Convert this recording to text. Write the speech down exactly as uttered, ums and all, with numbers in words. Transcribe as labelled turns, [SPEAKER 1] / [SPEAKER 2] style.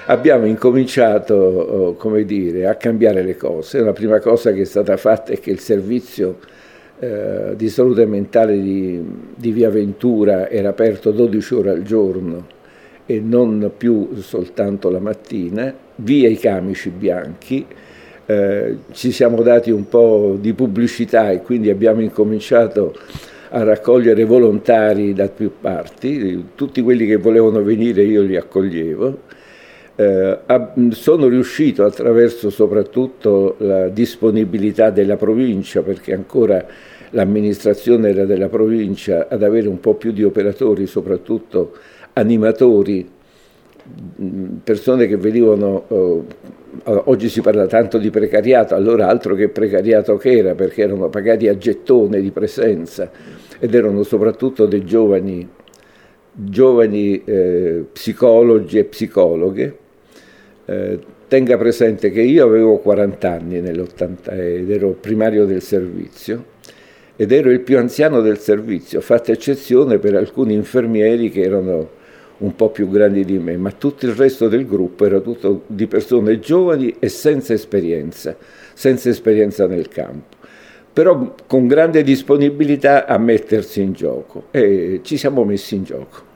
[SPEAKER 1] abbiamo incominciato, oh, come dire, a cambiare le cose. La prima cosa che è stata fatta è che il servizio eh, di salute mentale di, di Via Ventura era aperto dodici ore al giorno e non più soltanto la mattina, via i camici bianchi. Eh, ci siamo dati un po' di pubblicità e quindi abbiamo incominciato a raccogliere volontari da più parti. Tutti quelli che volevano venire io li accoglievo. Eh, sono riuscito, attraverso soprattutto la disponibilità della provincia, perché ancora l'amministrazione era della provincia, ad avere un po' più di operatori, soprattutto animatori, persone che venivano, eh, oggi si parla tanto di precariato, allora altro che precariato che era, perché erano pagati a gettone di presenza ed erano soprattutto dei giovani, giovani eh, psicologi e psicologhe. Eh, tenga presente che io avevo quaranta anni nell'ottanta ed ero primario del servizio ed ero il più anziano del servizio, fatta eccezione per alcuni infermieri che erano un po' più grandi di me, ma tutto il resto del gruppo era tutto di persone giovani e senza esperienza, senza esperienza nel campo, però con grande disponibilità a mettersi in gioco e ci siamo messi in gioco.